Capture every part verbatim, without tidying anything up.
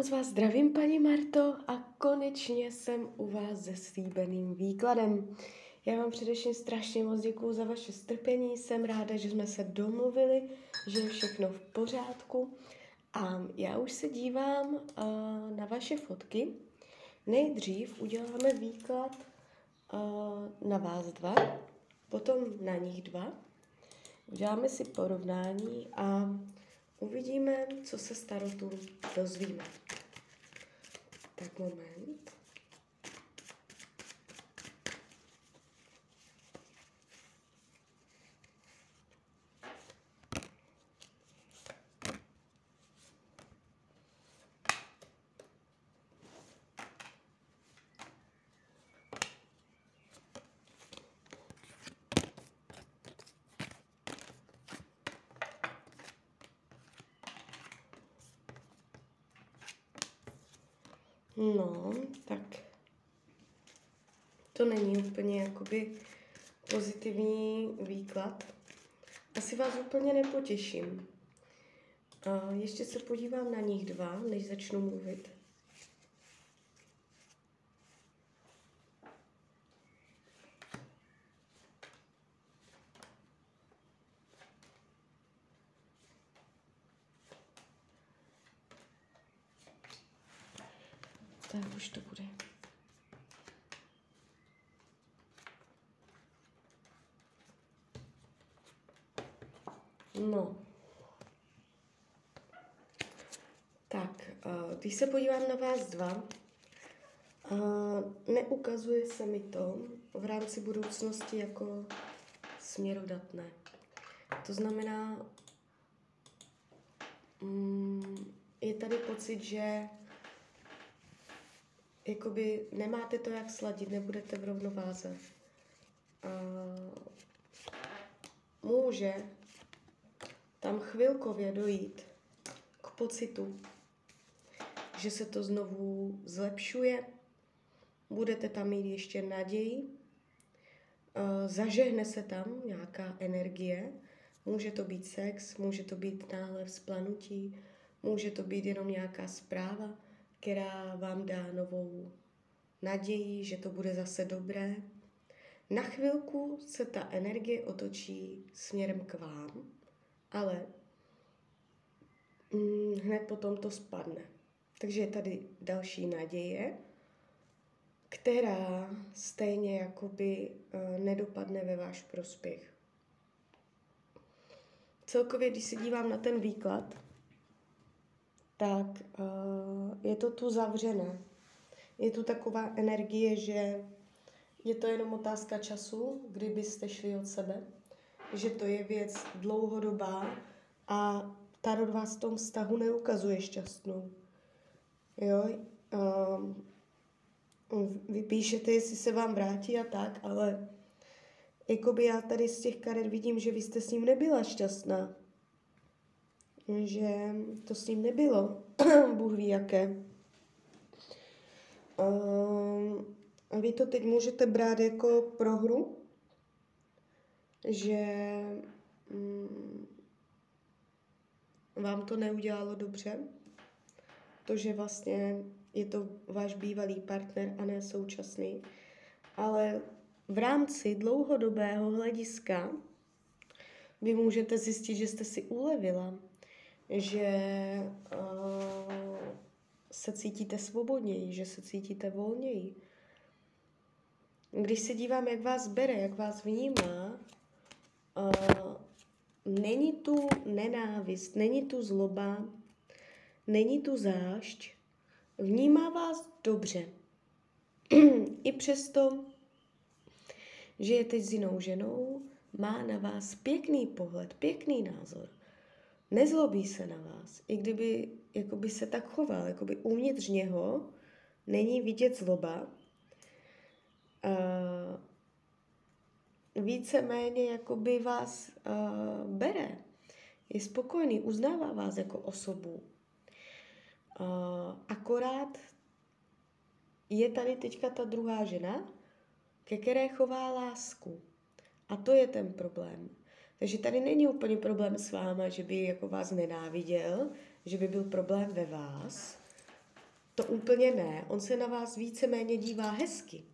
moc vás zdravím, paní Marto, a konečně jsem u vás se slíbeným výkladem. Já vám především strašně moc děkuju za vaše strpení, jsem ráda, že jsme se domluvili, že je všechno v pořádku. A já už se dívám uh, na vaše fotky. Nejdřív uděláme výklad uh, na vás dva, potom na nich dva. Uděláme si porovnání a uvidíme, co se z tarotu dozvíme. Tak moment. No, tak to není úplně jakoby pozitivní výklad. Asi vás úplně nepotěším. A ještě se podívám na nich dva, než začnu mluvit. Tak už to bude. No. Tak, když se podívám na vás dva, neukazuje se mi to v rámci budoucnosti jako směrodatné. To znamená, je tady pocit, že jakoby nemáte to jak sladit, nebudete v rovnováze. Může tam chvilkově dojít k pocitu, že se to znovu zlepšuje, budete tam mít ještě naději, zažehne se tam nějaká energie, může to být sex, může to být náhle vzplanutí, může to být jenom nějaká zpráva, která vám dá novou naději, že to bude zase dobré. Na chvilku se ta energie otočí směrem k vám, ale hm, hned potom to spadne. Takže je tady další naděje, která stejně jakoby uh, nedopadne ve váš prospěch. Celkově, když se dívám na ten výklad, tak uh, je to tu zavřené. Je tu taková energie, že je to jenom otázka času, kdybyste šli od sebe, že to je věc dlouhodobá a tarot vás v tom vztahu neukazuje šťastnou. Jo, um, vy píšete, jestli se vám vrátí a tak, ale jakoby já tady z těch karet vidím, že vy jste s ním nebyla šťastná. Že to s ním nebylo. Bůh ví jaké. Um, a vy to teď můžete brát jako prohru, že um, vám to neudělalo dobře. To, že vlastně je to váš bývalý partner a ne současný. Ale v rámci dlouhodobého hlediska vy můžete zjistit, že jste si ulevila, že uh, se cítíte svobodněji, že se cítíte volněji. Když se dívám, jak vás bere, jak vás vnímá, uh, není tu nenávist, není tu zloba, není tu zášť, vnímá vás dobře. I přesto, že je teď s jinou ženou, má na vás pěkný pohled, pěkný názor. Nezlobí se na vás, i kdyby jakoby se tak choval, jakoby uvnitř něho není vidět zloba. Uh, víceméně jakoby vás uh, bere, je spokojený, uznává vás jako osobu. Uh, akorát je tady teďka ta druhá žena, ke které chová lásku. A to je ten problém. Takže tady není úplně problém s váma, že by jako vás nenáviděl, že by byl problém ve vás, To úplně ne. On se na vás víceméně dívá hezky.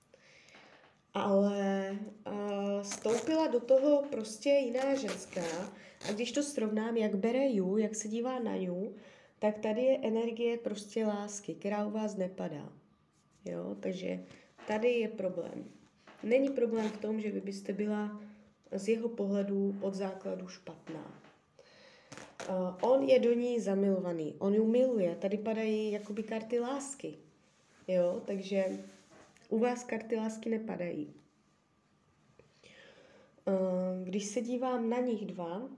Ale uh, vstoupila do toho prostě jiná ženská a když to srovnám, jak bere Ju, jak se dívá na Ju, tak tady je energie prostě lásky, která u vás nepadá. Jo, takže tady je problém. Není problém v tom, že vy byste byla z jeho pohledu od základu špatná. Uh, on je do ní zamilovaný, on ju miluje, tady padají jakoby karty lásky. Jo, takže u vás karty lásky nepadají. Uh, když se dívám na nich dva,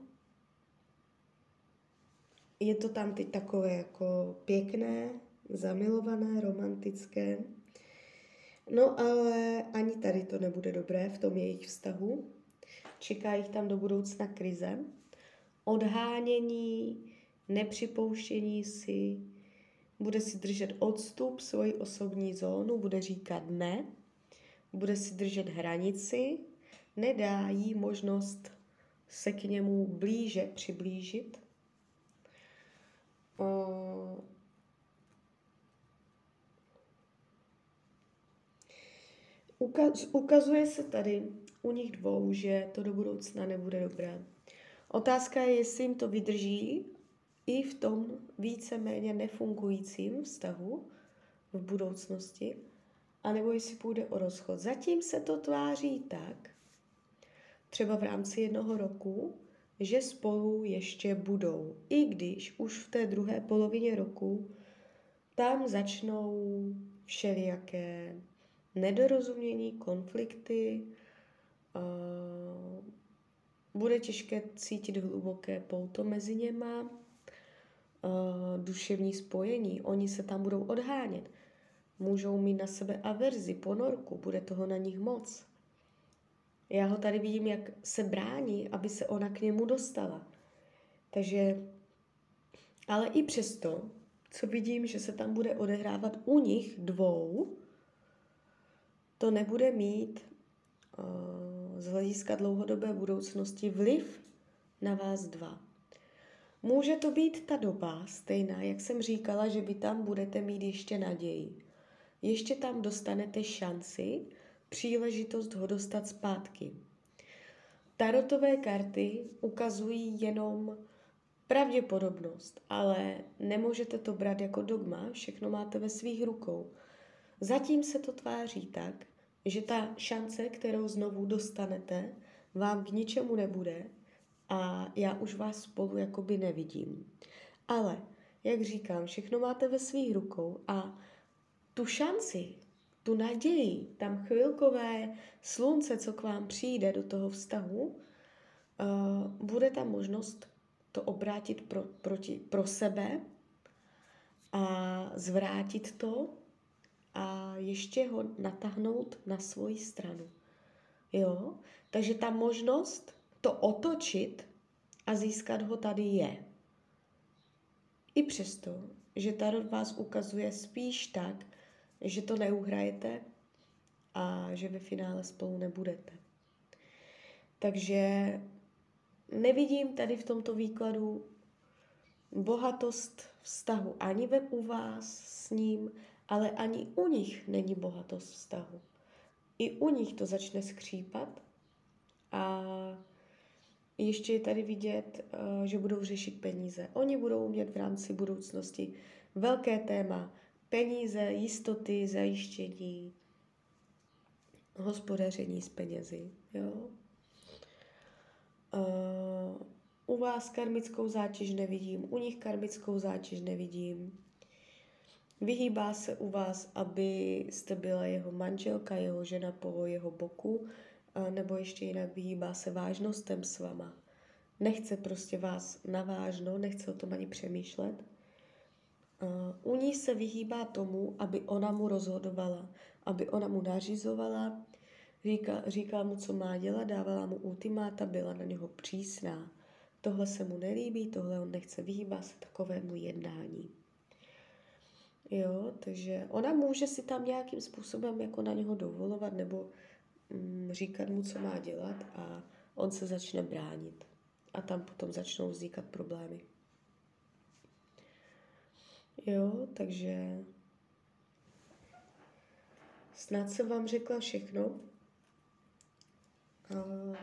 je to tam teď takové jako pěkné, zamilované, romantické. No ale ani tady to nebude dobré v tom jejich vztahu. Čeká jich tam do budoucna krize. Odhánění, nepřipouštění si, bude si držet odstup, svoji osobní zónu, bude říkat ne, bude si držet hranici, nedá jí možnost se k němu blíže přiblížit. Uh, ukaz, ukazuje se tady u nich dvou, že to do budoucna nebude dobré. Otázka je, jestli jim to vydrží i v tom víceméně nefungujícím vztahu v budoucnosti, anebo jestli půjde o rozchod. Zatím se to tváří tak, třeba v rámci jednoho roku, že spolu ještě budou. I když už v té druhé polovině roku tam začnou všelijaké nedorozumění, konflikty, uh, bude těžké cítit hluboké pouto mezi něma, uh, duševní spojení, oni se tam budou odhánět. Můžou mít na sebe averzi, ponorku, bude toho na nich moc. Já ho tady vidím, jak se brání, aby se ona k němu dostala. Takže, ale i přesto, co vidím, že se tam bude odehrávat u nich dvou, to nebude mít uh, z hlediska dlouhodobé budoucnosti vliv na vás dva. Může to být ta doba stejná, jak jsem říkala, že vy tam budete mít ještě naději. Ještě tam dostanete šanci, příležitost ho dostat zpátky. Tarotové karty ukazují jenom pravděpodobnost, ale nemůžete to brát jako dogma, všechno máte ve svých rukou. Zatím se to tváří tak, že ta šance, kterou znovu dostanete, vám k ničemu nebude a já už vás spolu jakoby nevidím. Ale, jak říkám, všechno máte ve svých rukou a tu šanci, tu naději, tam chvilkové slunce, co k vám přijde do toho vztahu, uh, bude tam možnost to obrátit pro, proti, pro sebe a zvrátit to a ještě ho natáhnout na svoji stranu. Jo? Takže ta možnost to otočit a získat ho tady je. I přesto, že tarot vás ukazuje spíš tak, že to neuhrajete a že ve finále spolu nebudete. Takže nevidím tady v tomto výkladu bohatost vztahu ani ve u vás s ním, ale ani u nich není bohatost vztahu. I u nich to začne skřípat a ještě je tady vidět, že budou řešit peníze. Oni budou mít v rámci budoucnosti velké téma peníze, jistoty, zajištění, hospodaření s penězi. Jo? Uh, u vás karmickou zátěž nevidím, u nich karmickou zátěž nevidím. Vyhýbá se u vás, aby jste byla jeho manželka, jeho žena po jeho boku, nebo ještě jinak vyhýbá se vážnostem s váma. Nechce prostě vás navážno, nechce o tom ani přemýšlet. U ní se vyhýbá tomu, aby ona mu rozhodovala, aby ona mu nařizovala, říká, říká mu, co má dělat, dávala mu ultimáta, byla na něho přísná. Tohle se mu nelíbí, tohle on nechce, vyhýbá se takovému jednání. Jo, takže ona může si tam nějakým způsobem jako na něho dovolovat nebo mm, říkat mu, co má dělat a on se začne bránit. A tam potom začnou vznikat problémy. Jo, takže snad jsem vám řekla všechno. A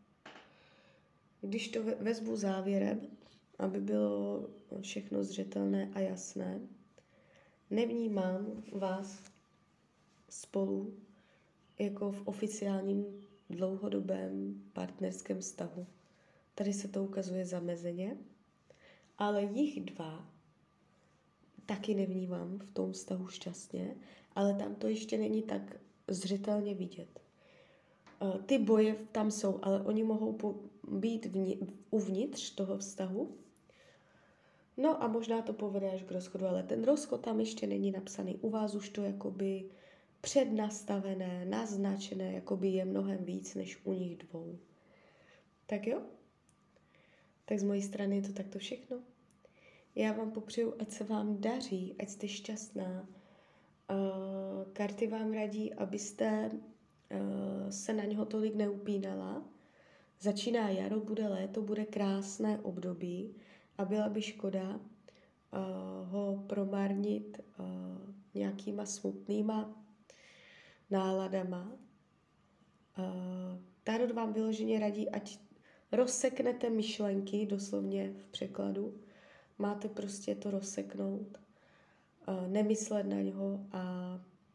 když to vezmu závěrem, aby bylo všechno zřetelné a jasné, nevnímám vás spolu jako v oficiálním dlouhodobém partnerském vztahu. Tady se to ukazuje zamezeně, ale jich dva taky nevnímám v tom vztahu šťastně, ale tam to ještě není tak zřetelně vidět. Ty boje tam jsou, ale oni mohou po, být vni, uvnitř toho vztahu. No a možná to povede až k rozchodu, ale ten rozchod tam ještě není napsaný. U vás už to jakoby přednastavené, naznačené, jakoby je mnohem víc než u nich dvou. Tak jo? Tak z mojí strany je to takto všechno. Já vám popřeju, ať se vám daří, ať jste šťastná. Uh, karty vám radí, abyste uh, se na něho tolik neupínala. Začíná jaro, bude léto, bude krásné období a byla by škoda uh, ho promarnit uh, nějakýma smutnýma náladama. Uh, Tarot vám vyloženě radí, ať rozseknete myšlenky, doslovně v překladu. Máte prostě to rozseknout, uh, nemyslet na něho a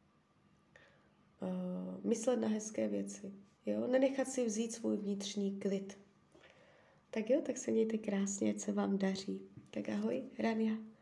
uh, myslet na hezké věci. Jo? Nenechat si vzít svůj vnitřní klid. Tak jo, tak se mějte krásně, ať se vám daří. Tak ahoj, Rania.